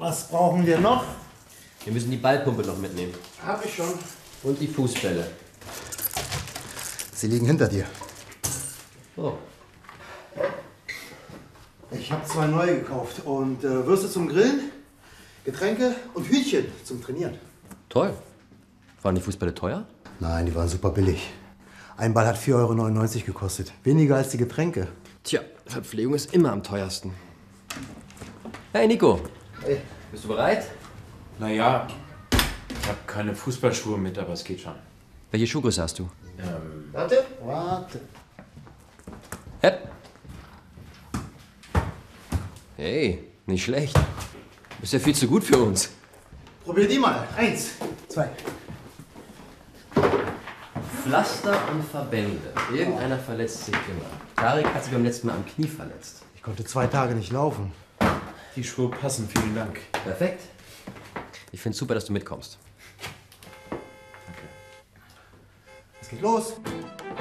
Was brauchen wir noch? Wir müssen die Ballpumpe noch mitnehmen. Hab ich schon. Und die Fußbälle. Sie liegen hinter dir. Oh. Ich habe 2 neue gekauft und Würste zum Grillen, Getränke und Hühnchen zum Trainieren. Toll. Waren die Fußbälle teuer? Nein, die waren super billig. Ein Ball hat 4,99 € gekostet. Weniger als die Getränke. Tja, Verpflegung ist immer am teuersten. Hey Nico. Hey. Bist du bereit? Naja, ich habe keine Fußballschuhe mit, aber es geht schon. Welche Schuhgröße hast du? Warte. Warte. Hepp. Hey, nicht schlecht. Du bist ja viel zu gut für uns. Probier die mal. 1, 2. Pflaster und Verbände. Irgendeiner verletzt sich immer. Tarek hat sich beim letzten Mal am Knie verletzt. Ich konnte 2 Tage nicht laufen. Die Schuhe passen, vielen Dank. Perfekt. Ich find's super, dass du mitkommst. Es geht los.